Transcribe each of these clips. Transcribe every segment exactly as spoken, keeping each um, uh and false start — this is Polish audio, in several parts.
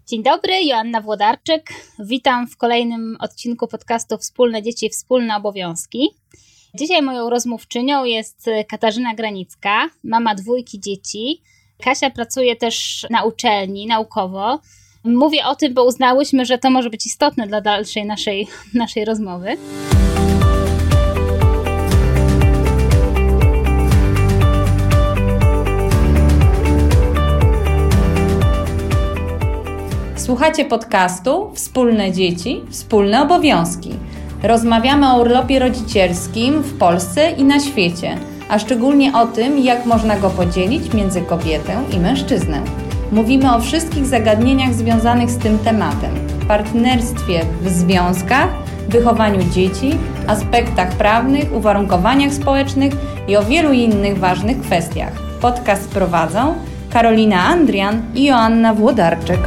Dzień dobry, Joanna Włodarczyk. Witam w kolejnym odcinku podcastu Wspólne Dzieci, Wspólne Obowiązki. Dzisiaj moją rozmówczynią jest Katarzyna Granicka, mama dwójki dzieci. Kasia pracuje też na uczelni naukowo. Mówię o tym, bo uznałyśmy, że to może być istotne dla dalszej naszej, naszej rozmowy. Słuchacie podcastu Wspólne Dzieci, Wspólne Obowiązki. Rozmawiamy o urlopie rodzicielskim w Polsce i na świecie, a szczególnie o tym, jak można go podzielić między kobietę i mężczyznę. Mówimy o wszystkich zagadnieniach związanych z tym tematem, partnerstwie w związkach, wychowaniu dzieci, aspektach prawnych, uwarunkowaniach społecznych i o wielu innych ważnych kwestiach. Podcast prowadzą Karolina Andrian i Joanna Włodarczyk.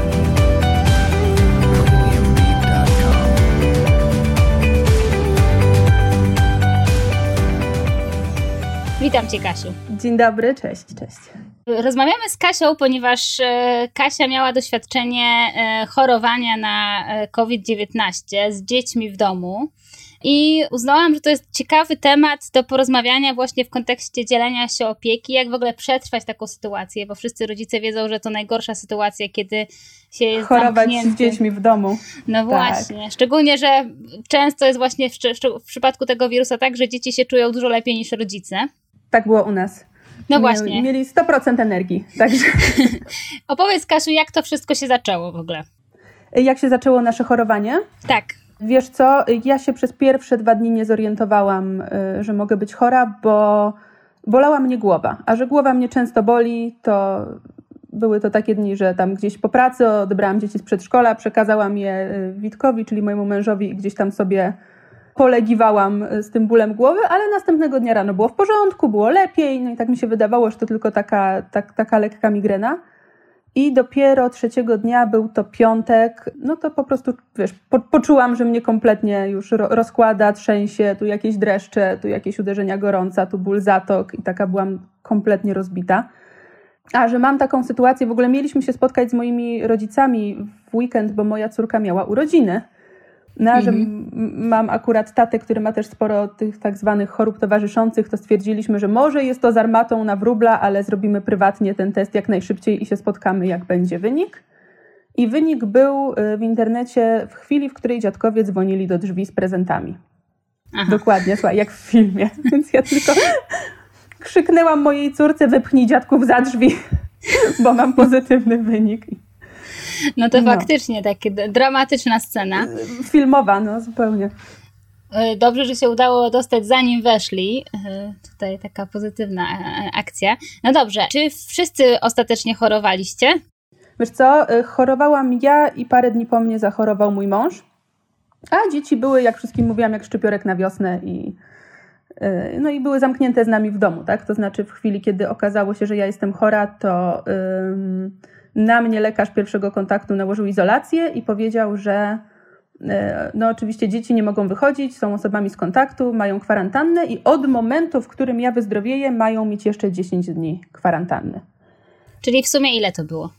Witam Cię, Kasiu. Dzień dobry, cześć, cześć. Rozmawiamy z Kasią, ponieważ Kasia miała doświadczenie chorowania na kowid dziewiętnaście z dziećmi w domu i uznałam, że to jest ciekawy temat do porozmawiania właśnie w kontekście dzielenia się opieki, jak w ogóle przetrwać taką sytuację, bo wszyscy rodzice wiedzą, że to najgorsza sytuacja, kiedy się jest chorować zamknięty. z dziećmi w domu. No właśnie, tak. Szczególnie, że często jest właśnie w, w przypadku tego wirusa tak, że dzieci się czują dużo lepiej niż rodzice. Tak było u nas. No Mieli, właśnie. Mieli sto procent energii. Także. Opowiedz, Kasiu, jak to wszystko się zaczęło w ogóle? Jak się zaczęło nasze chorowanie? Tak. Wiesz co, ja się przez pierwsze dwa dni nie zorientowałam, że mogę być chora, bo bolała mnie głowa. A że głowa mnie często boli, to były to takie dni, że tam gdzieś po pracy odebrałam dzieci z przedszkola, przekazałam je Witkowi, czyli mojemu mężowi i gdzieś tam sobie polegiwałam z tym bólem głowy, ale następnego dnia rano było w porządku, było lepiej, no i tak mi się wydawało, że to tylko taka, tak, taka lekka migrena. I dopiero trzeciego dnia, był to piątek, no to po prostu, wiesz, po, poczułam, że mnie kompletnie już ro, rozkłada, trzęsie, tu jakieś dreszcze, tu jakieś uderzenia gorąca, tu ból zatok i taka byłam kompletnie rozbita. A że mam taką sytuację, w ogóle mieliśmy się spotkać z moimi rodzicami w weekend, bo moja córka miała urodziny. No, a że m- mam akurat tatę, który ma też sporo tych tak zwanych chorób towarzyszących, to stwierdziliśmy, że może jest to z armatą na wróbla, ale zrobimy prywatnie ten test jak najszybciej i się spotkamy, jak będzie wynik. I wynik był w internecie w chwili, w której dziadkowie dzwonili do drzwi z prezentami. Aha. Dokładnie, słuchaj, jak w filmie. Więc ja tylko krzyknęłam mojej córce, wypchnij dziadków za drzwi, bo mam pozytywny wynik. No to no. Faktycznie takie dramatyczna scena. Filmowa, no zupełnie. Dobrze, że się udało dostać zanim weszli. Tutaj taka pozytywna akcja. No dobrze, czy wszyscy ostatecznie chorowaliście? Wiesz co, chorowałam ja i parę dni po mnie zachorował mój mąż. A dzieci były, jak wszystkim mówiłam, jak szczypiorek na wiosnę i no i były zamknięte z nami w domu, tak? To znaczy w chwili, kiedy okazało się, że ja jestem chora, to ym, na mnie lekarz pierwszego kontaktu nałożył izolację i powiedział, że no oczywiście dzieci nie mogą wychodzić, są osobami z kontaktu, mają kwarantannę i od momentu, w którym ja wyzdrowieję, mają mieć jeszcze dziesięć dni kwarantanny. Czyli w sumie ile to było?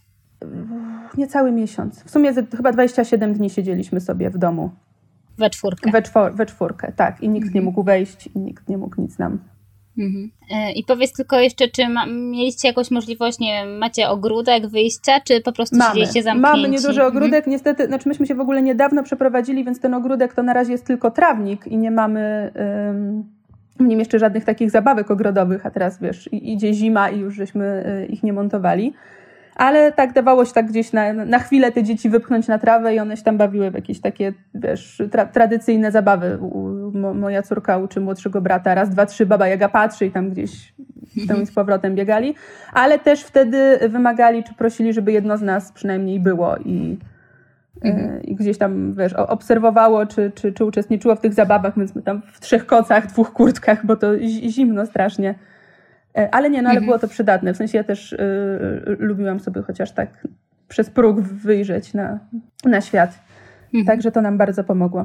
Niecały miesiąc. W sumie chyba dwadzieścia siedem dni siedzieliśmy sobie w domu. We czwórkę. We, czwor- we czwórkę, tak. I nikt mhm. nie mógł wejść i nikt nie mógł nic nam. Mhm. I powiedz tylko jeszcze, czy ma, mieliście jakąś możliwość, nie wiem, macie ogródek wyjścia, czy po prostu mamy. siedzieliście zamknięci? Mamy nieduży ogródek, mhm. niestety, znaczy myśmy się w ogóle niedawno przeprowadzili, więc ten ogródek to na razie jest tylko trawnik i nie mamy ym, w nim jeszcze żadnych takich zabawek ogrodowych, a teraz wiesz, idzie zima i już żeśmy y, ich nie montowali. Ale tak dawało się tak gdzieś na, na chwilę te dzieci wypchnąć na trawę i one się tam bawiły w jakieś takie, wiesz, tra- tradycyjne zabawy. U, mo, moja córka uczy młodszego brata, raz, dwa, trzy, Baba Jaga patrzy i tam gdzieś z tym z powrotem biegali. Ale też wtedy wymagali, czy prosili, żeby jedno z nas przynajmniej było i, mhm. y, i gdzieś tam, wiesz, obserwowało, czy, czy, czy uczestniczyło w tych zabawach, więc my tam w trzech kocach, dwóch kurtkach, bo to zimno strasznie. Ale nie, no ale mhm. było to przydatne. W sensie ja też y, y, lubiłam sobie chociaż tak przez próg wyjrzeć na, na świat. Mhm. Także to nam bardzo pomogło.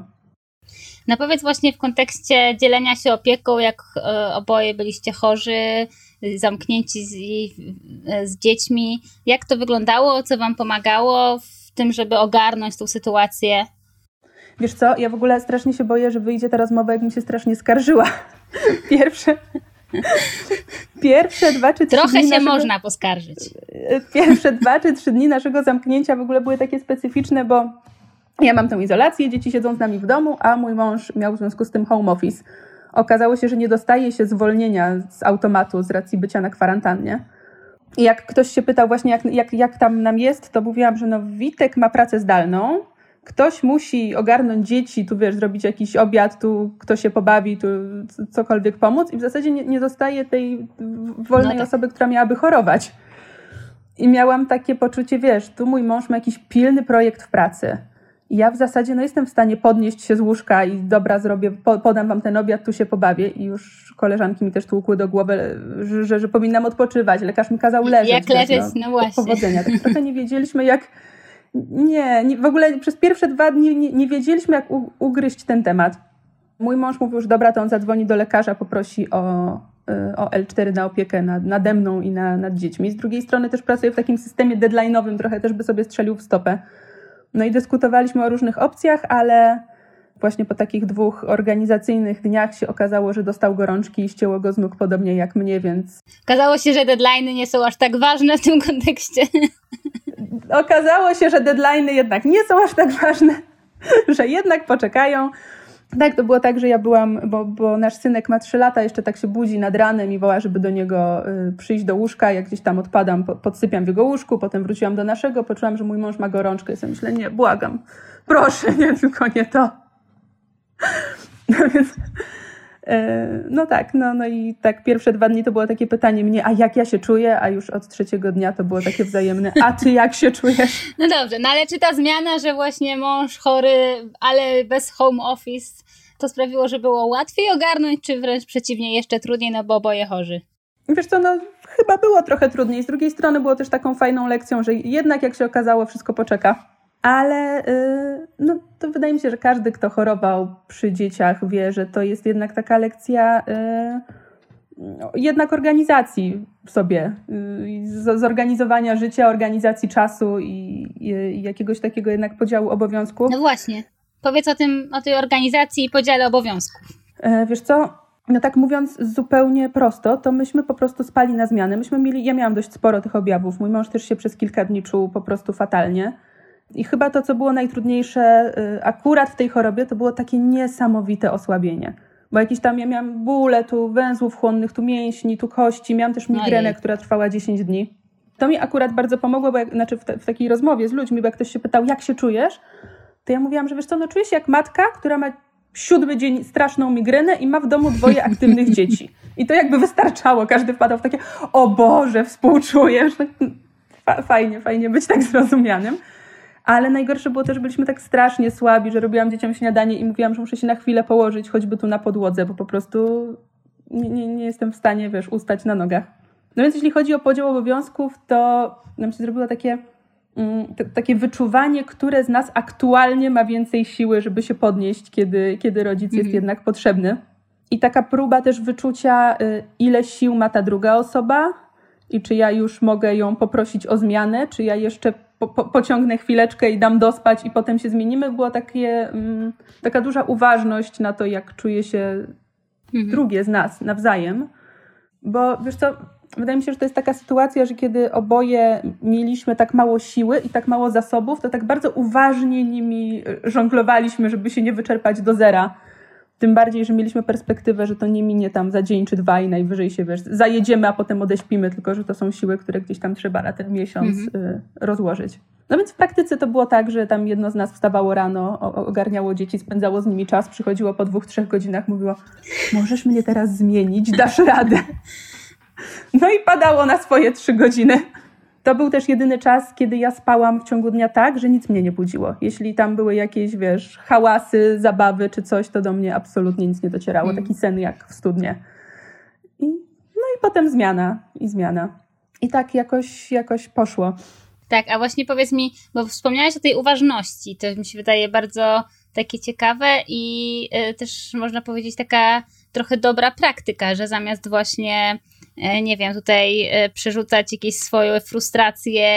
No powiedz właśnie w kontekście dzielenia się opieką, jak y, oboje byliście chorzy, zamknięci z, z dziećmi. Jak to wyglądało? Co wam pomagało w tym, żeby ogarnąć tą sytuację? Wiesz co, ja w ogóle strasznie się boję, że wyjdzie ta rozmowa, jakbym się strasznie skarżyła. Pierwsze... Pierwsze dwa czy trzy Trochę dni się naszego, można poskarżyć. Pierwsze dwa czy trzy dni naszego zamknięcia w ogóle były takie specyficzne, bo ja mam tę izolację, dzieci siedzą z nami w domu, a mój mąż miał w związku z tym home office. Okazało się, że nie dostaje się zwolnienia z automatu z racji bycia na kwarantannie. I jak ktoś się pytał właśnie, jak, jak, jak tam nam jest, to mówiłam, że no Witek ma pracę zdalną, ktoś musi ogarnąć dzieci, tu wiesz, zrobić jakiś obiad, tu kto się pobawi, tu cokolwiek pomóc i w zasadzie nie, nie dostaje tej wolnej no tak. osoby, która miałaby chorować. I miałam takie poczucie, wiesz, tu mój mąż ma jakiś pilny projekt w pracy. I ja w zasadzie no jestem w stanie podnieść się z łóżka i dobra, zrobię, po, podam wam ten obiad, tu się pobawię. I już koleżanki mi też tłukły do głowy, że, że, że powinnam odpoczywać. Lekarz mi kazał leżeć. Jak leżeć, no, no właśnie. Powodzenia. Tak trochę nie wiedzieliśmy, jak... Nie, nie, w ogóle przez pierwsze dwa dni nie, nie wiedzieliśmy, jak u, ugryźć ten temat. Mój mąż mówił, że dobra, to on zadzwoni do lekarza, poprosi o, o L cztery na opiekę nad, nade mną i na, nad dziećmi. Z drugiej strony też pracuję w takim systemie deadline'owym, trochę też by sobie strzelił w stopę. No i dyskutowaliśmy o różnych opcjach, ale właśnie po takich dwóch organizacyjnych dniach się okazało, że dostał gorączki i ścięło go z nóg podobnie jak mnie, więc... Okazało się, że deadline'y nie są aż tak ważne w tym kontekście. Okazało się, że deadline'y jednak nie są aż tak ważne, że jednak poczekają. Tak, to było tak, że ja byłam, bo, bo nasz synek ma trzy lata, jeszcze tak się budzi nad ranem i woła, żeby do niego y, przyjść do łóżka. Jak gdzieś tam odpadam, po, podsypiam w jego łóżku, potem wróciłam do naszego, poczułam, że mój mąż ma gorączkę. I sobie myślę, nie, błagam, proszę, nie, tylko nie to. No więc... No tak, no, no i tak pierwsze dwa dni to było takie pytanie mnie, a jak ja się czuję, a już od trzeciego dnia to było takie wzajemne, a ty jak się czujesz? No dobrze, no ale czy ta zmiana, że właśnie mąż chory, ale bez home office, to sprawiło, że było łatwiej ogarnąć, czy wręcz przeciwnie, jeszcze trudniej, no bo oboje chorzy? Wiesz co, no chyba było trochę trudniej. Z drugiej strony było też taką fajną lekcją, że jednak jak się okazało, wszystko poczeka. Ale yy, no, to wydaje mi się, że każdy, kto chorował przy dzieciach, wie, że to jest jednak taka lekcja yy, jednak organizacji w sobie, yy, zorganizowania życia, organizacji czasu i, i jakiegoś takiego jednak podziału obowiązków. No właśnie. Powiedz o tym, o tej organizacji i podziale obowiązków. Yy, wiesz co? No tak mówiąc zupełnie prosto, to myśmy po prostu spali na zmianę. Myśmy mieli, ja miałam dość sporo tych objawów. Mój mąż też się przez kilka dni czuł po prostu fatalnie. I chyba to, co było najtrudniejsze akurat w tej chorobie, to było takie niesamowite osłabienie. Bo jakieś tam, ja miałam bóle tu węzłów chłonnych, tu mięśni, tu kości, miałam też migrenę, która trwała dziesięć dni. To mi akurat bardzo pomogło, bo jak, znaczy w, te, w takiej rozmowie z ludźmi, bo jak ktoś się pytał, jak się czujesz, to ja mówiłam, że wiesz co, no czuję się jak matka, która ma siódmy dzień straszną migrenę i ma w domu dwoje aktywnych dzieci. I to jakby wystarczało. Każdy wpadał w takie, o Boże, współczuję. Fajnie, fajnie być tak zrozumianym. Ale najgorsze było to, że byliśmy tak strasznie słabi, że robiłam dzieciom śniadanie i mówiłam, że muszę się na chwilę położyć, choćby tu na podłodze, bo po prostu nie, nie, nie jestem w stanie, wiesz, ustać na nogach. No więc jeśli chodzi o podział obowiązków, to nam się zrobiło takie, mm, t- takie wyczuwanie, które z nas aktualnie ma więcej siły, żeby się podnieść, kiedy, kiedy rodzic mm. jest jednak potrzebny. I taka próba też wyczucia, y, ile sił ma ta druga osoba i czy ja już mogę ją poprosić o zmianę, czy ja jeszcze Po, po, pociągnę chwileczkę i dam dospać i potem się zmienimy. Była takie, mm, taka duża uważność na to, jak czuje się mhm. drugie z nas nawzajem. Bo wiesz co, wydaje mi się, że to jest taka sytuacja, że kiedy oboje mieliśmy tak mało siły i tak mało zasobów, to tak bardzo uważnie nimi żonglowaliśmy, żeby się nie wyczerpać do zera. Tym bardziej, że mieliśmy perspektywę, że to nie minie tam za dzień czy dwa i najwyżej się, wiesz, zajedziemy, a potem odeśpimy, tylko że to są siły, które gdzieś tam trzeba na ten miesiąc mm-hmm. y, rozłożyć. No więc w praktyce to było tak, że tam jedno z nas wstawało rano, o, ogarniało dzieci, spędzało z nimi czas, przychodziło po dwóch, trzech godzinach, mówiło, możesz mnie teraz zmienić, dasz radę. No i padało na swoje trzy godziny. To był też jedyny czas, kiedy ja spałam w ciągu dnia tak, że nic mnie nie budziło. Jeśli tam były jakieś, wiesz, hałasy, zabawy czy coś, to do mnie absolutnie nic nie docierało. Mm. Taki sen jak w studnie. I, no i potem zmiana i zmiana. I tak jakoś, jakoś poszło. Tak, a właśnie powiedz mi, bo wspomniałaś o tej uważności. To mi się wydaje bardzo takie ciekawe i y, też można powiedzieć taka trochę dobra praktyka, że zamiast właśnie nie wiem, tutaj przerzucać jakieś swoje frustracje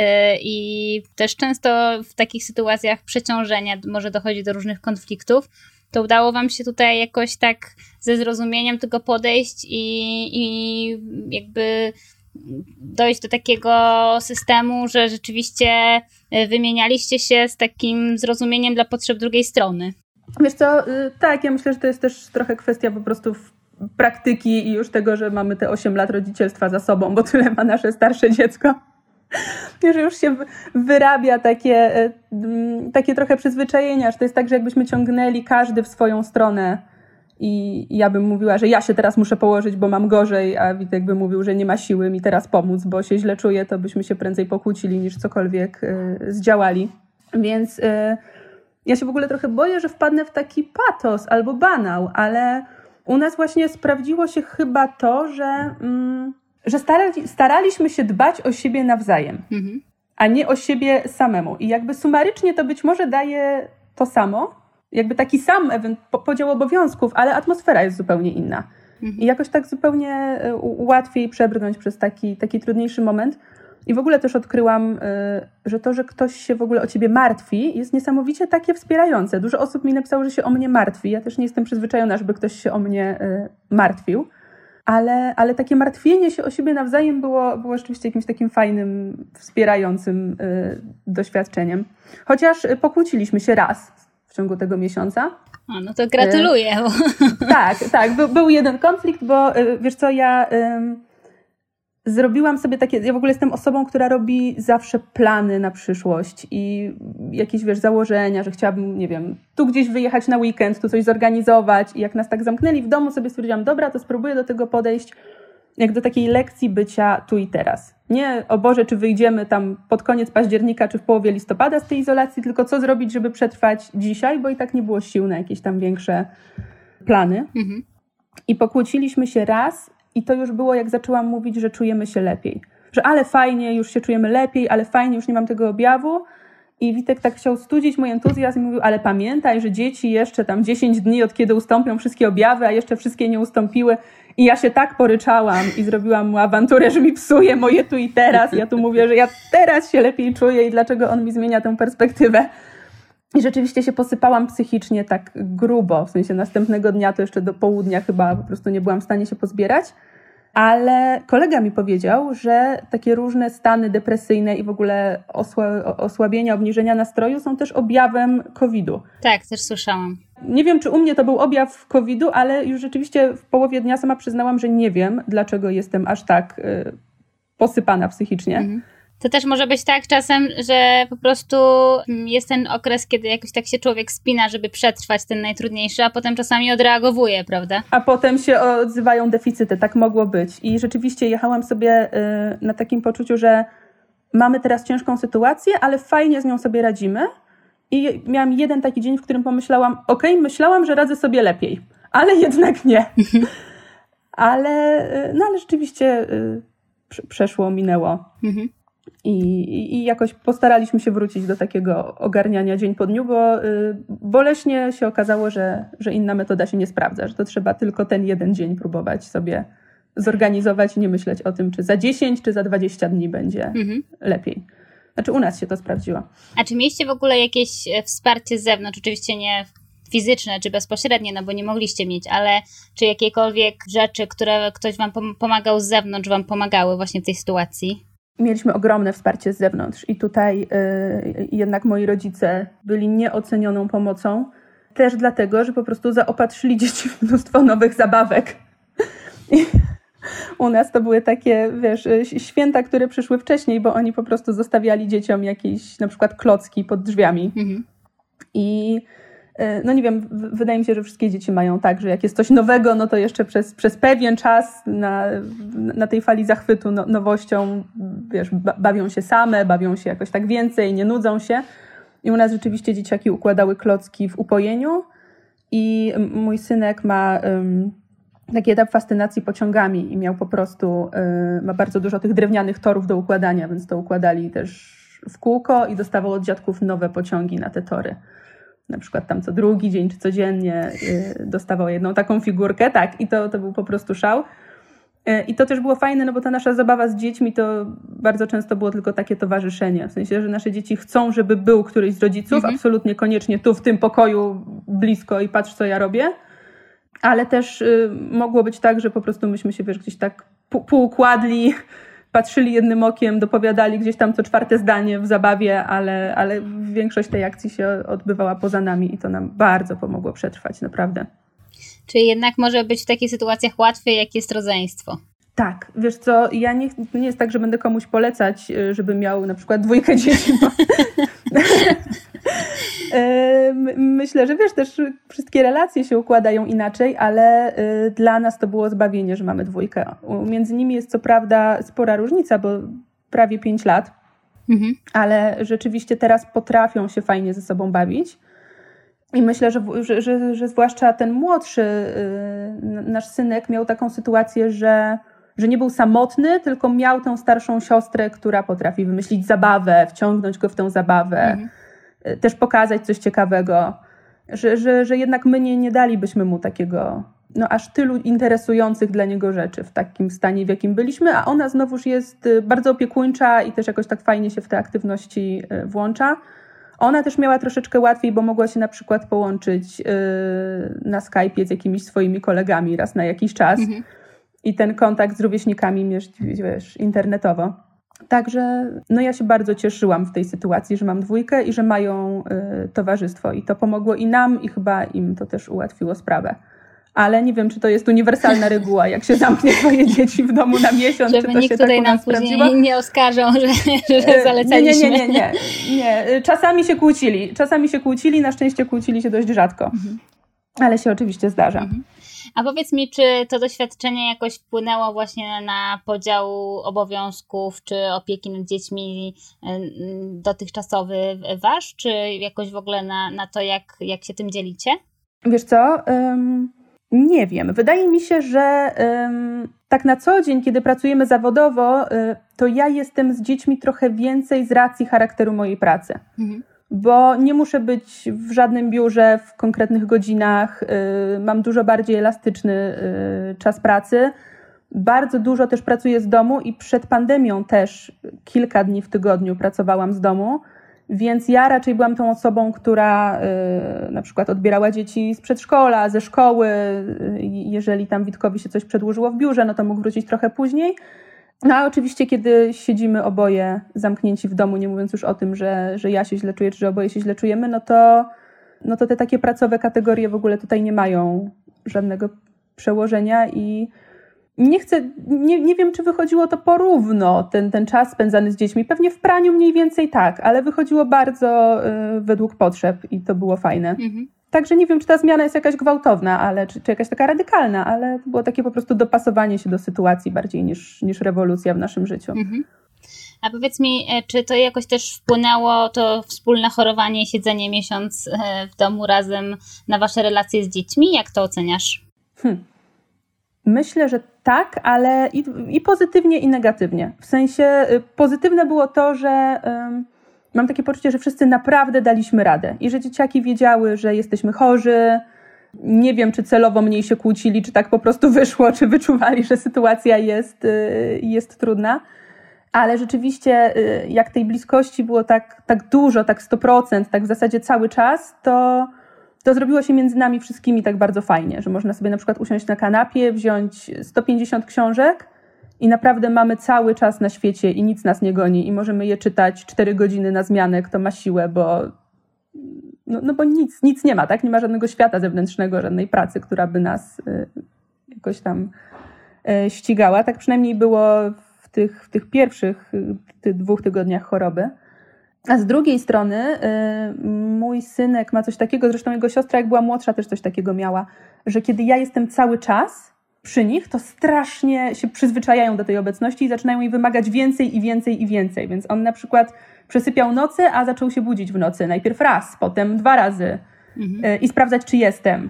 i też często w takich sytuacjach przeciążenia może dochodzi do różnych konfliktów, to udało wam się tutaj jakoś tak ze zrozumieniem tego podejść i, i jakby dojść do takiego systemu, że rzeczywiście wymienialiście się z takim zrozumieniem dla potrzeb drugiej strony. Wiesz co, tak, ja myślę, że to jest też trochę kwestia po prostu praktyki i już tego, że mamy te osiem lat rodzicielstwa za sobą, bo tyle ma nasze starsze dziecko, że już się wyrabia takie, takie trochę przyzwyczajenia, że to jest tak, że jakbyśmy ciągnęli każdy w swoją stronę i ja bym mówiła, że ja się teraz muszę położyć, bo mam gorzej, a Witek by mówił, że nie ma siły mi teraz pomóc, bo się źle czuję, to byśmy się prędzej pokłócili niż cokolwiek zdziałali. Więc ja się w ogóle trochę boję, że wpadnę w taki patos albo banał, ale u nas właśnie sprawdziło się chyba to, że, mm, że starali, staraliśmy się dbać o siebie nawzajem, mhm. a nie o siebie samemu. I jakby sumarycznie to być może daje to samo, jakby taki sam podział obowiązków, ale atmosfera jest zupełnie inna. Mhm. I jakoś tak zupełnie łatwiej przebrnąć przez taki, taki trudniejszy moment. I w ogóle też odkryłam, że to, że ktoś się w ogóle o ciebie martwi, jest niesamowicie takie wspierające. Dużo osób mi napisało, że się o mnie martwi. Ja też nie jestem przyzwyczajona, żeby ktoś się o mnie martwił. Ale, ale takie martwienie się o siebie nawzajem było, było rzeczywiście jakimś takim fajnym, wspierającym doświadczeniem. Chociaż pokłóciliśmy się raz w ciągu tego miesiąca. A, no to gratuluję. Tak, tak. Był, był jeden konflikt, bo wiesz co, ja... Zrobiłam sobie takie, ja w ogóle jestem osobą, która robi zawsze plany na przyszłość i jakieś, wiesz, założenia, że chciałabym, nie wiem, tu gdzieś wyjechać na weekend, tu coś zorganizować i jak nas tak zamknęli w domu, sobie stwierdziłam, dobra, to spróbuję do tego podejść jak do takiej lekcji bycia tu i teraz. Nie, o Boże, czy wyjdziemy tam pod koniec października, czy w połowie listopada z tej izolacji, tylko co zrobić, żeby przetrwać dzisiaj, bo i tak nie było sił na jakieś tam większe plany. Mhm. I pokłóciliśmy się raz, i to już było, jak zaczęłam mówić, że czujemy się lepiej. Że ale fajnie, już się czujemy lepiej, ale fajnie, już nie mam tego objawu. I Witek tak chciał studzić mój entuzjazm i mówił, ale pamiętaj, że dzieci jeszcze tam dziesięć dni od kiedy ustąpią wszystkie objawy, a jeszcze wszystkie nie ustąpiły. I ja się tak poryczałam i zrobiłam mu awanturę, że mi psuje moje tu i teraz. Ja tu mówię, że ja teraz się lepiej czuję i dlaczego on mi zmienia tę perspektywę. I rzeczywiście się posypałam psychicznie tak grubo, w sensie następnego dnia to jeszcze do południa chyba po prostu nie byłam w stanie się pozbierać, ale kolega mi powiedział, że takie różne stany depresyjne i w ogóle osła- osłabienia, obniżenia nastroju są też objawem kowida. Tak, też słyszałam. Nie wiem, czy u mnie to był objaw kowida, ale już rzeczywiście w połowie dnia sama przyznałam, że nie wiem, dlaczego jestem aż tak y, posypana psychicznie. Mhm. To też może być tak czasem, że po prostu jest ten okres, kiedy jakoś tak się człowiek spina, żeby przetrwać ten najtrudniejszy, a potem czasami odreagowuje, prawda? A potem się odzywają deficyty, tak mogło być. I rzeczywiście jechałam sobie y, na takim poczuciu, że mamy teraz ciężką sytuację, ale fajnie z nią sobie radzimy. I miałam jeden taki dzień, w którym pomyślałam, okej, okay, myślałam, że radzę sobie lepiej, ale jednak nie. ale, y, no ale rzeczywiście y, przeszło, minęło. Mhm. I, I jakoś postaraliśmy się wrócić do takiego ogarniania dzień po dniu, bo y, boleśnie się okazało, że, że inna metoda się nie sprawdza, że to trzeba tylko ten jeden dzień próbować sobie zorganizować i nie myśleć o tym, czy za dziesięć, czy za dwadzieścia dni będzie mhm. lepiej. Znaczy u nas się to sprawdziło. A czy mieliście w ogóle jakieś wsparcie z zewnątrz? Oczywiście nie fizyczne czy bezpośrednie, no bo nie mogliście mieć, ale czy jakiekolwiek rzeczy, które ktoś wam pomagał z zewnątrz, wam pomagały właśnie w tej sytuacji? Mieliśmy ogromne wsparcie z zewnątrz i tutaj y, jednak moi rodzice byli nieocenioną pomocą, też dlatego, że po prostu zaopatrzyli dzieci w mnóstwo nowych zabawek. I u nas to były takie, wiesz, święta, które przyszły wcześniej, bo oni po prostu zostawiali dzieciom jakieś na przykład klocki pod drzwiami. Mhm. I no nie wiem, w- wydaje mi się, że wszystkie dzieci mają tak, że jak jest coś nowego, no to jeszcze przez, przez pewien czas na, na tej fali zachwytu no, nowością, wiesz, ba- bawią się same, bawią się jakoś tak więcej, nie nudzą się. I u nas rzeczywiście dzieciaki układały klocki w upojeniu i mój synek ma um, taki etap fascynacji pociągami i miał po prostu, um, ma bardzo dużo tych drewnianych torów do układania, więc to układali też w kółko i dostawał od dziadków nowe pociągi na te tory. Na przykład tam co drugi dzień czy codziennie yy, dostawał jedną taką figurkę, tak, i to, to był po prostu szał. I to też było fajne, no bo ta nasza zabawa z dziećmi to bardzo często było tylko takie towarzyszenie. W sensie, że nasze dzieci chcą, żeby był któryś z rodziców, mhm. absolutnie koniecznie tu w tym pokoju blisko i patrz, co ja robię. Ale też y, mogło być tak, że po prostu myśmy się, wiesz, gdzieś tak półkładli, patrzyli jednym okiem, dopowiadali gdzieś tam co czwarte zdanie w zabawie, ale, ale większość tej akcji się odbywała poza nami i to nam bardzo pomogło przetrwać, naprawdę. Czyli jednak może być w takich sytuacjach łatwiej, jak jest rodzeństwo. Tak, wiesz co, ja nie, nie jest tak, że będę komuś polecać, żeby miał na przykład dwójkę dzieci, bo myślę, że wiesz, też wszystkie relacje się układają inaczej, ale dla nas to było zbawienie, że mamy dwójkę. Między nimi jest co prawda spora różnica, bo prawie pięć lat, mhm. ale rzeczywiście teraz potrafią się fajnie ze sobą bawić. I myślę, że, że, że, że zwłaszcza ten młodszy, nasz synek, miał taką sytuację, że, że nie był samotny, tylko miał tę starszą siostrę, która potrafi wymyślić zabawę, wciągnąć go w tę zabawę, mhm. też pokazać coś ciekawego, że, że, że jednak my nie, nie dalibyśmy mu takiego, no aż tylu interesujących dla niego rzeczy w takim stanie, w jakim byliśmy, a ona znowuż jest bardzo opiekuńcza i też jakoś tak fajnie się w te aktywności włącza. Ona też miała troszeczkę łatwiej, bo mogła się na przykład połączyć yy, na Skype'ie z jakimiś swoimi kolegami raz na jakiś czas mhm. i ten kontakt z rówieśnikami mieć, wiesz, internetowo. Także no ja się bardzo cieszyłam w tej sytuacji, że mam dwójkę i że mają yy, towarzystwo i to pomogło i nam i chyba im to też ułatwiło sprawę. Ale nie wiem, czy to jest uniwersalna reguła, jak się zamknie twoje dzieci w domu na miesiąc, żeby czy to nikt się tutaj tak nam później nie oskarżą, że, że zalecaliśmy. Nie, nie, nie, nie, nie. Czasami się kłócili. Czasami się kłócili, na szczęście kłócili się dość rzadko. Mhm. Ale się oczywiście zdarza. Mhm. A powiedz mi, czy to doświadczenie jakoś wpłynęło właśnie na podział obowiązków, czy opieki nad dziećmi dotychczasowy wasz, czy jakoś w ogóle na, na to, jak, jak się tym dzielicie? Wiesz co? Um... Nie wiem. Wydaje mi się, że ym, tak na co dzień, kiedy pracujemy zawodowo, y, to ja jestem z dziećmi trochę więcej z racji charakteru mojej pracy. Mhm. Bo nie muszę być w żadnym biurze w konkretnych godzinach. Y, mam dużo bardziej elastyczny y, czas pracy. Bardzo dużo też pracuję z domu i przed pandemią też kilka dni w tygodniu pracowałam z domu. Więc ja raczej byłam tą osobą, która y, na przykład odbierała dzieci z przedszkola, ze szkoły. Y, jeżeli tam Witkowi się coś przedłużyło w biurze, no to mógł wrócić trochę później. No a oczywiście, kiedy siedzimy oboje zamknięci w domu, nie mówiąc już o tym, że, że ja się źle czuję, czy że oboje się źle czujemy, no to, no to te takie pracowe kategorie w ogóle tutaj nie mają żadnego przełożenia i Nie chcę, nie, nie wiem, czy wychodziło to porówno, ten, ten czas spędzany z dziećmi. Pewnie w praniu mniej więcej tak, ale wychodziło bardzo y, według potrzeb i to było fajne. Mhm. Także nie wiem, czy ta zmiana jest jakaś gwałtowna, ale czy, czy jakaś taka radykalna, ale to było takie po prostu dopasowanie się do sytuacji bardziej niż, niż rewolucja w naszym życiu. Mhm. A powiedz mi, czy to jakoś też wpłynęło, to wspólne chorowanie i siedzenie miesiąc w domu razem na wasze relacje z dziećmi? Jak to oceniasz? Hmm. Myślę, że tak, ale i, i pozytywnie, i negatywnie. W sensie pozytywne było to, że um, mam takie poczucie, że wszyscy naprawdę daliśmy radę i że dzieciaki wiedziały, że jesteśmy chorzy. Nie wiem, czy celowo mniej się kłócili, czy tak po prostu wyszło, czy wyczuwali, że sytuacja jest, y, jest trudna. Ale rzeczywiście, y, jak tej bliskości było tak, tak dużo, tak sto procent, tak w zasadzie cały czas, to to zrobiło się między nami wszystkimi tak bardzo fajnie, że można sobie na przykład usiąść na kanapie, wziąć sto pięćdziesiąt książek i naprawdę mamy cały czas na świecie i nic nas nie goni i możemy je czytać cztery godziny na zmianę, kto ma siłę, bo, no, no bo nic, nic nie ma, tak? Nie ma żadnego świata zewnętrznego, żadnej pracy, która by nas y, jakoś tam y, ścigała. Tak przynajmniej było w tych, w tych pierwszych y, tych dwóch tygodniach choroby. A z drugiej strony y, mój synek ma coś takiego, zresztą jego siostra jak była młodsza też coś takiego miała, że kiedy ja jestem cały czas przy nich, to strasznie się przyzwyczajają do tej obecności i zaczynają jej wymagać więcej i więcej i więcej. Więc on na przykład przesypiał nocy, a zaczął się budzić w nocy. Najpierw raz, potem dwa razy mhm. y, i sprawdzać, czy jestem.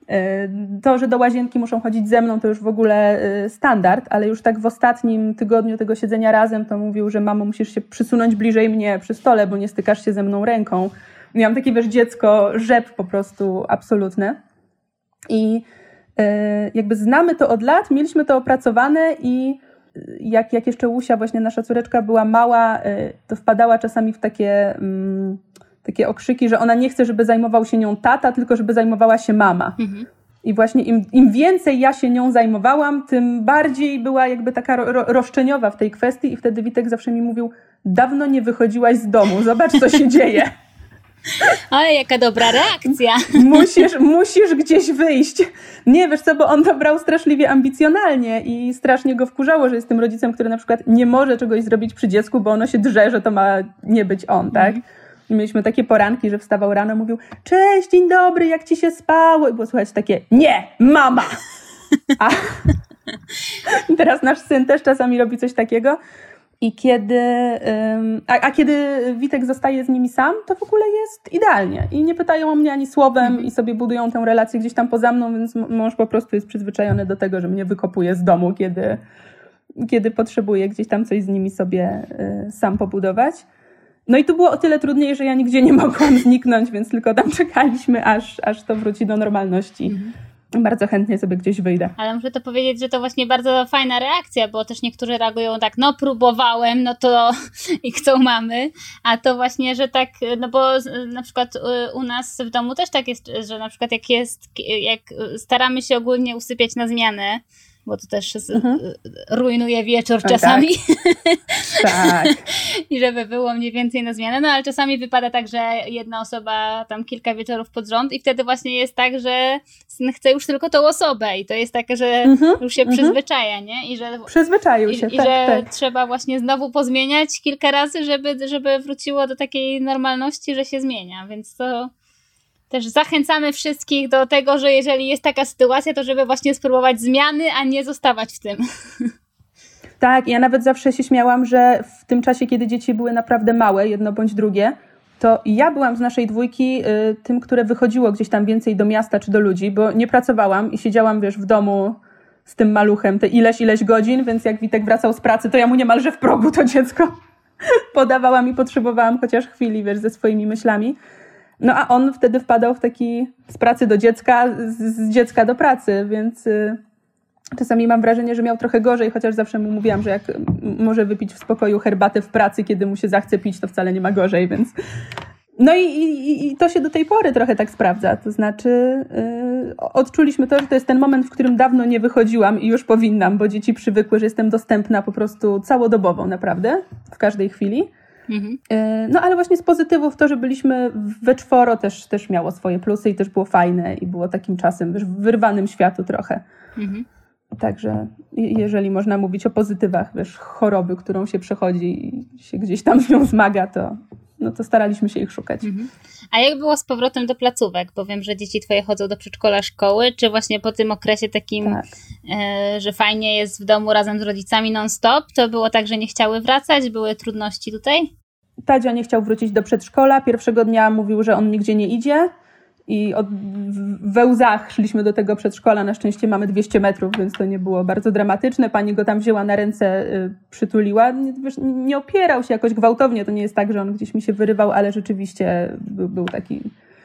To, że do łazienki muszą chodzić ze mną, to już w ogóle standard, ale już tak w ostatnim tygodniu tego siedzenia razem to mówił, że mamo, musisz się przysunąć bliżej mnie przy stole, bo nie stykasz się ze mną ręką. Miałam takie, wiesz, dziecko, rzep po prostu absolutne. I jakby znamy to od lat, mieliśmy to opracowane i jak, jak jeszcze Łusia, właśnie nasza córeczka była mała, to wpadała czasami w takie, um, takie okrzyki, że ona nie chce, żeby zajmował się nią tata, tylko żeby zajmowała się mama. Mhm. I właśnie im, im więcej ja się nią zajmowałam, tym bardziej była jakby taka ro, roszczeniowa w tej kwestii i wtedy Witek zawsze mi mówił, dawno nie wychodziłaś z domu, zobacz co się dzieje. Ale jaka dobra reakcja. Musisz, musisz gdzieś wyjść. Nie, wiesz co, bo on to brał straszliwie ambicjonalnie i strasznie go wkurzało, że jest tym rodzicem, który na przykład nie może czegoś zrobić przy dziecku, bo ono się drze, że to ma nie być on, tak? Mm. I mieliśmy takie poranki, że wstawał rano, mówił, cześć, dzień dobry, jak ci się spało? I było słychać takie, nie, mama! A teraz nasz syn też czasami robi coś takiego. I kiedy, a, a kiedy Witek zostaje z nimi sam, to w ogóle jest idealnie. I nie pytają o mnie ani słowem mhm. i sobie budują tę relację gdzieś tam poza mną, więc mąż po prostu jest przyzwyczajony do tego, że mnie wykopuje z domu, kiedy, kiedy potrzebuje gdzieś tam coś z nimi sobie y, sam pobudować. No i tu było o tyle trudniej, że ja nigdzie nie mogłam zniknąć, więc tylko tam czekaliśmy, aż, aż to wróci do normalności. Mhm. Bardzo chętnie sobie gdzieś wyjdę. Ale muszę to powiedzieć, że to właśnie bardzo fajna reakcja, bo też niektórzy reagują tak, no próbowałem, no to i chcą mamy, a to właśnie, że tak, no bo na przykład u nas w domu też tak jest, że na przykład jak jest, jak staramy się ogólnie usypiać na zmianę, bo to też mhm. rujnuje wieczór a czasami. Tak. tak. I żeby było mniej więcej na zmianę. No ale czasami wypada tak, że jedna osoba tam kilka wieczorów pod rząd i wtedy właśnie jest tak, że syn chce już tylko tą osobę i to jest takie, że mhm. już się mhm. przyzwyczaja, nie? I że, Przyzwyczaił się, i, tak, i że tak. trzeba właśnie znowu pozmieniać kilka razy, żeby, żeby wróciło do takiej normalności, że się zmienia. Więc to też zachęcamy wszystkich do tego, że jeżeli jest taka sytuacja, to żeby właśnie spróbować zmiany, a nie zostawać w tym. Tak, ja nawet zawsze się śmiałam, że w tym czasie, kiedy dzieci były naprawdę małe, jedno bądź drugie, to ja byłam z naszej dwójki y, tym, które wychodziło gdzieś tam więcej do miasta czy do ludzi, bo nie pracowałam i siedziałam, wiesz, w domu z tym maluchem te ileś, ileś godzin, więc jak Witek wracał z pracy, to ja mu niemalże w progu to dziecko podawałam i potrzebowałam chociaż chwili, wiesz, ze swoimi myślami. No a on wtedy wpadał w taki z pracy do dziecka, z, z dziecka do pracy, więc y, czasami mam wrażenie, że miał trochę gorzej, chociaż zawsze mu mówiłam, że jak m- może wypić w spokoju herbatę w pracy, kiedy mu się zachce pić, to wcale nie ma gorzej, więc... No i, i, i to się do tej pory trochę tak sprawdza, to znaczy y, odczuliśmy to, że to jest ten moment, w którym dawno nie wychodziłam i już powinnam, bo dzieci przywykły, że jestem dostępna po prostu całodobowo naprawdę, w każdej chwili. Mhm. No ale właśnie z pozytywów to, że byliśmy we czworo też, też miało swoje plusy i też było fajne i było takim czasem wiesz, wyrwanym światu trochę. Mhm. Także jeżeli można mówić o pozytywach, wiesz, choroby, którą się przechodzi i się gdzieś tam z nią zmaga, to, no to staraliśmy się ich szukać. Mhm. A jak było z powrotem do placówek? Bo wiem, że dzieci twoje chodzą do przedszkola, szkoły, czy właśnie po tym okresie takim, tak. e, że fajnie jest w domu razem z rodzicami non-stop, to było tak, że nie chciały wracać? Były trudności tutaj? Tadzio nie chciał wrócić do przedszkola. Pierwszego dnia mówił, że on nigdzie nie idzie i od, we łzach szliśmy do tego przedszkola. Na szczęście mamy dwieście metrów, więc to nie było bardzo dramatyczne. Pani go tam wzięła na ręce, y, przytuliła. Nie, wiesz, nie opierał się jakoś gwałtownie. To nie jest tak, że on gdzieś mi się wyrywał, ale rzeczywiście był, był taki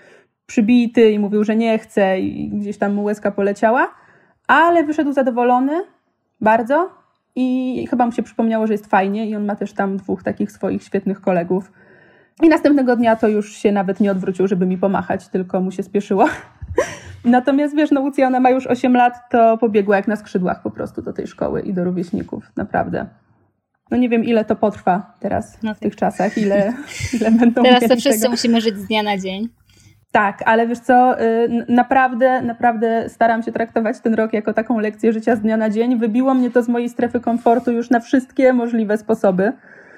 przybity i mówił, że nie chce i gdzieś tam mu łezka poleciała. Ale wyszedł zadowolony bardzo. I chyba mu się przypomniało, że jest fajnie i on ma też tam dwóch takich swoich świetnych kolegów. I następnego dnia to już się nawet nie odwrócił, żeby mi pomachać, tylko mu się spieszyło. Natomiast wiesz, no Łucja, ona ma już osiem lat, to pobiegła jak na skrzydłach po prostu do tej szkoły i do rówieśników, naprawdę. No nie wiem, ile to potrwa teraz no w tych czasach, ile, ile będą Teraz to wszyscy tego. musimy żyć z dnia na dzień. Tak, ale wiesz co, naprawdę, naprawdę staram się traktować ten rok jako taką lekcję życia z dnia na dzień. Wybiło mnie to z mojej strefy komfortu już na wszystkie możliwe sposoby.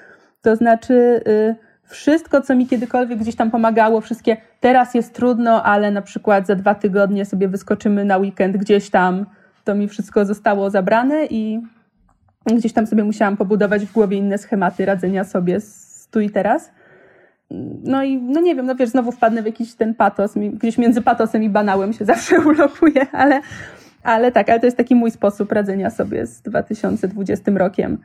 To znaczy wszystko, co mi kiedykolwiek gdzieś tam pomagało, wszystkie teraz jest trudno, ale na przykład za dwa tygodnie sobie wyskoczymy na weekend gdzieś tam, to mi wszystko zostało zabrane i gdzieś tam sobie musiałam pobudować w głowie inne schematy radzenia sobie z tu i teraz. No i no nie wiem, no wiesz, znowu wpadnę w jakiś ten patos, gdzieś między patosem i banałem się zawsze ulokuję, ale, ale tak, ale to jest taki mój sposób radzenia sobie z dwa tysiące dwudziestym rokiem.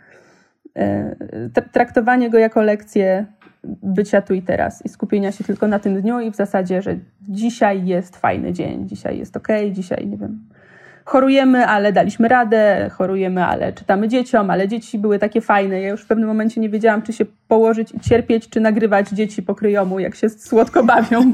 Traktowanie go jako lekcję bycia tu i teraz i skupienia się tylko na tym dniu i w zasadzie, że dzisiaj jest fajny dzień, dzisiaj jest okej, dzisiaj, nie wiem, chorujemy, ale daliśmy radę, chorujemy, ale czytamy dzieciom, ale dzieci były takie fajne. Ja już w pewnym momencie nie wiedziałam, czy się położyć i cierpieć, czy nagrywać dzieci po kryjomu, jak się słodko bawią, bo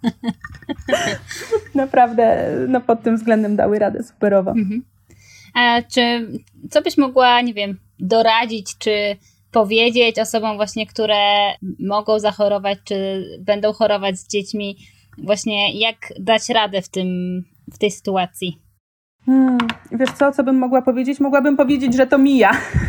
naprawdę no, pod tym względem dały radę superowo. Mhm. A czy co byś mogła, nie wiem, doradzić, czy powiedzieć osobom właśnie, które mogą zachorować, czy będą chorować z dziećmi, właśnie jak dać radę w tym, w tej sytuacji? Hmm, wiesz co, co bym mogła powiedzieć? Mogłabym powiedzieć, że to mija.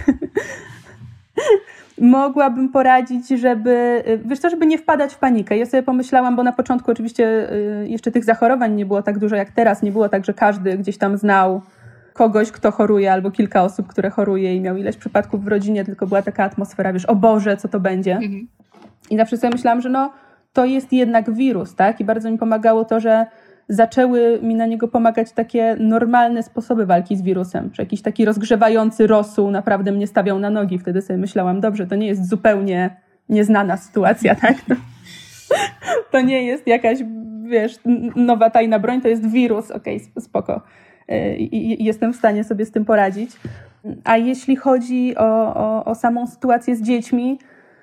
Mogłabym poradzić, żeby, wiesz co, żeby nie wpadać w panikę. Ja sobie pomyślałam, bo na początku oczywiście jeszcze tych zachorowań nie było tak dużo jak teraz. Nie było tak, że każdy gdzieś tam znał kogoś, kto choruje, albo kilka osób, które choruje i miał ileś przypadków w rodzinie, tylko była taka atmosfera, wiesz, o Boże, co to będzie. Mhm. I zawsze sobie myślałam, że no, to jest jednak wirus, tak? I bardzo mi pomagało to, że zaczęły mi na niego pomagać takie normalne sposoby walki z wirusem, że jakiś taki rozgrzewający rosół naprawdę mnie stawiał na nogi. Wtedy sobie myślałam, dobrze, to nie jest zupełnie nieznana sytuacja, tak? To, to nie jest jakaś, wiesz, nowa tajna broń, to jest wirus, okej, okay, spoko. I jestem w stanie sobie z tym poradzić. A jeśli chodzi o, o, o samą sytuację z dziećmi,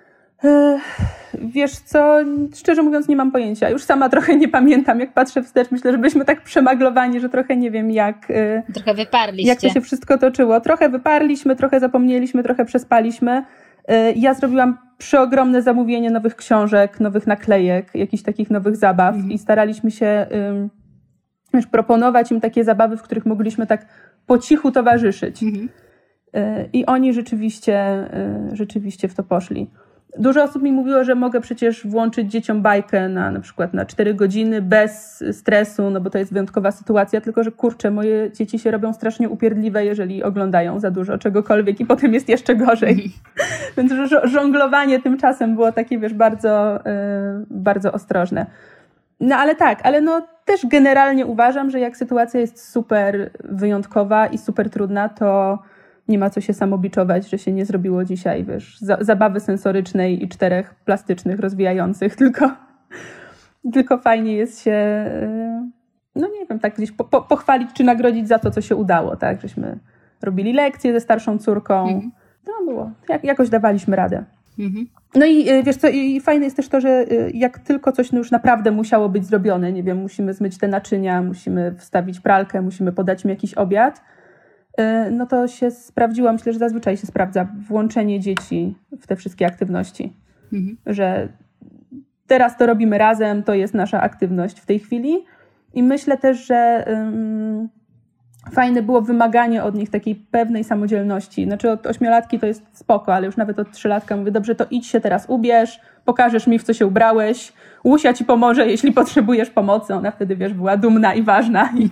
wiesz co, szczerze mówiąc nie mam pojęcia. Już sama trochę nie pamiętam, jak patrzę wstecz. Myślę, że byliśmy tak przemaglowani, że trochę nie wiem jak... Trochę wyparliście. Jak to się wszystko toczyło. Trochę wyparliśmy, trochę zapomnieliśmy, trochę przespaliśmy. Ja zrobiłam przeogromne zamówienie nowych książek, nowych naklejek, jakichś takich nowych zabaw mm. i staraliśmy się wiesz, proponować im takie zabawy, w których mogliśmy tak po cichu towarzyszyć. Mm. I oni rzeczywiście, rzeczywiście w to poszli. Dużo osób mi mówiło, że mogę przecież włączyć dzieciom bajkę na na przykład na cztery godziny bez stresu, no bo to jest wyjątkowa sytuacja, tylko że kurczę, moje dzieci się robią strasznie upierdliwe, jeżeli oglądają za dużo czegokolwiek i potem jest jeszcze gorzej. Więc żonglowanie tymczasem było takie, wiesz, bardzo, yy, bardzo ostrożne. No ale tak, ale no też generalnie uważam, że jak sytuacja jest super wyjątkowa i super trudna, to nie ma co się samobiczować, że się nie zrobiło dzisiaj, wiesz, za, zabawy sensorycznej i czterech plastycznych rozwijających, tylko, tylko fajnie jest się, no nie wiem, tak gdzieś po, po, pochwalić czy nagrodzić za to, co się udało, tak, żeśmy robili lekcje ze starszą córką, mhm. no było, jak, jakoś dawaliśmy radę. Mhm. No i wiesz co, i fajne jest też to, że jak tylko coś no już naprawdę musiało być zrobione, nie wiem, musimy zmyć te naczynia, musimy wstawić pralkę, musimy podać im jakiś obiad, no to się sprawdziło, myślę, że zazwyczaj się sprawdza włączenie dzieci w te wszystkie aktywności. Mhm. Że teraz to robimy razem, to jest nasza aktywność w tej chwili. I myślę też, że um, fajne było wymaganie od nich takiej pewnej samodzielności. Znaczy od ośmiolatki to jest spoko, ale już nawet od trzylatka mówię, dobrze, to idź się teraz ubierz, pokażesz mi, w co się ubrałeś, Łusia ci pomoże, jeśli potrzebujesz pomocy. Ona wtedy, wiesz, była dumna i ważna i,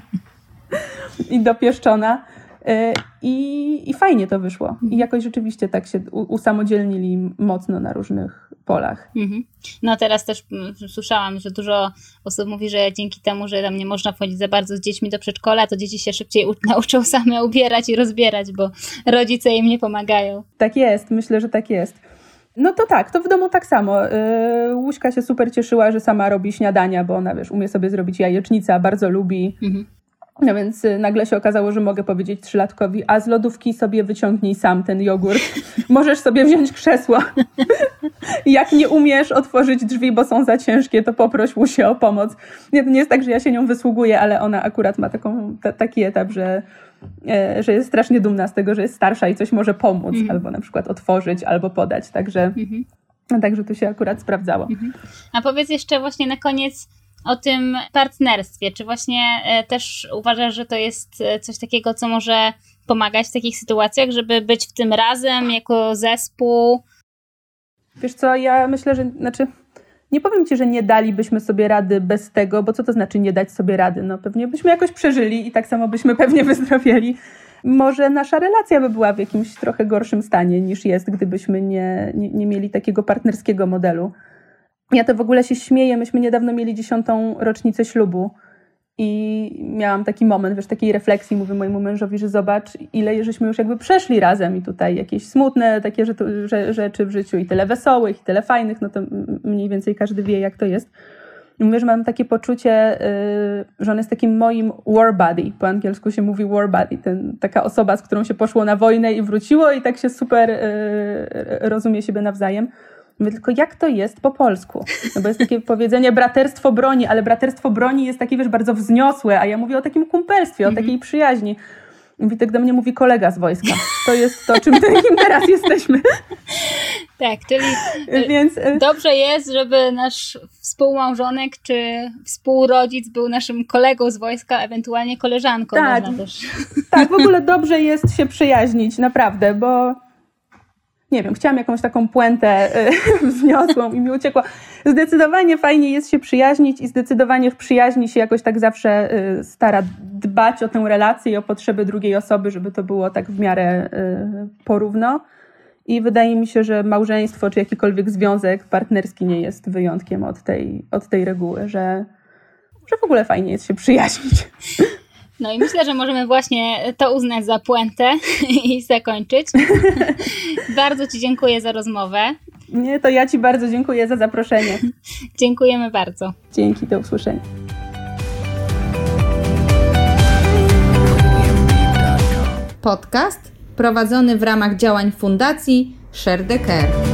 i dopieszczona. I, I fajnie to wyszło. I jakoś rzeczywiście tak się usamodzielnili mocno na różnych polach. Mhm. No teraz też słyszałam, że dużo osób mówi, że dzięki temu, że tam nie można wchodzić za bardzo z dziećmi do przedszkola, to dzieci się szybciej u- nauczą same ubierać i rozbierać, bo rodzice im nie pomagają. Tak jest, myślę, że tak jest. No to tak, to w domu tak samo. Yy, Łuśka się super cieszyła, że sama robi śniadania, bo ona, wiesz, umie sobie zrobić jajecznicę, bardzo lubi. Mhm. No więc nagle się okazało, że mogę powiedzieć trzylatkowi, a z lodówki sobie wyciągnij sam ten jogurt. Możesz sobie wziąć krzesło. Jak nie umiesz otworzyć drzwi, bo są za ciężkie, to poproś Łusię o pomoc. Nie, to nie jest tak, że ja się nią wysługuję, ale ona akurat ma taką, ta, taki etap, że, e, że jest strasznie dumna z tego, że jest starsza i coś może pomóc, mhm. albo na przykład otworzyć, albo podać. Także, mhm. także to się akurat sprawdzało. Mhm. A powiedz jeszcze właśnie na koniec o tym partnerstwie. Czy właśnie też uważasz, że to jest coś takiego, co może pomagać w takich sytuacjach, żeby być w tym razem jako zespół? Wiesz co, ja myślę, że znaczy nie powiem ci, że nie dalibyśmy sobie rady bez tego, bo co to znaczy nie dać sobie rady? No pewnie byśmy jakoś przeżyli i tak samo byśmy pewnie wyzdrowieli. Może nasza relacja by była w jakimś trochę gorszym stanie niż jest, gdybyśmy nie, nie, nie mieli takiego partnerskiego modelu. Ja to w ogóle się śmieję, myśmy niedawno mieli dziesiątą rocznicę ślubu i miałam taki moment, wiesz, takiej refleksji, mówię mojemu mężowi, że zobacz, ile żeśmy już jakby przeszli razem i tutaj jakieś smutne takie rzeczy w życiu i tyle wesołych, i tyle fajnych, no to mniej więcej każdy wie, jak to jest. I mówię, że mam takie poczucie, że on jest takim moim war buddy. Po angielsku się mówi war buddy. Ten, taka osoba, z którą się poszło na wojnę i wróciło i tak się super rozumie siebie nawzajem. Mówię, tylko jak to jest po polsku? No bo jest takie powiedzenie braterstwo broni, ale braterstwo broni jest takie, wiesz, bardzo wzniosłe, a ja mówię o takim kumpelstwie, o takiej przyjaźni. Witek do mnie mówi kolega z wojska. To jest to, czym teraz jesteśmy. Tak, czyli Więc... dobrze jest, żeby nasz współmałżonek czy współrodzic był naszym kolegą z wojska, ewentualnie koleżanką. Tak, można też. Tak, w ogóle dobrze jest się przyjaźnić, naprawdę, bo nie wiem, chciałam jakąś taką puentę wzniosłą i mi uciekła. Zdecydowanie fajnie jest się przyjaźnić i zdecydowanie w przyjaźni się jakoś tak zawsze stara dbać o tę relację i o potrzeby drugiej osoby, żeby to było tak w miarę porówno. I wydaje mi się, że małżeństwo czy jakikolwiek związek partnerski nie jest wyjątkiem od tej, od tej reguły, że, że w ogóle fajnie jest się przyjaźnić. No i myślę, że możemy właśnie to uznać za puentę i zakończyć. Bardzo Ci dziękuję za rozmowę. Nie, to ja Ci bardzo dziękuję za zaproszenie. Dziękujemy bardzo. Dzięki, do usłyszenia. Podcast prowadzony w ramach działań Fundacji Share the Care.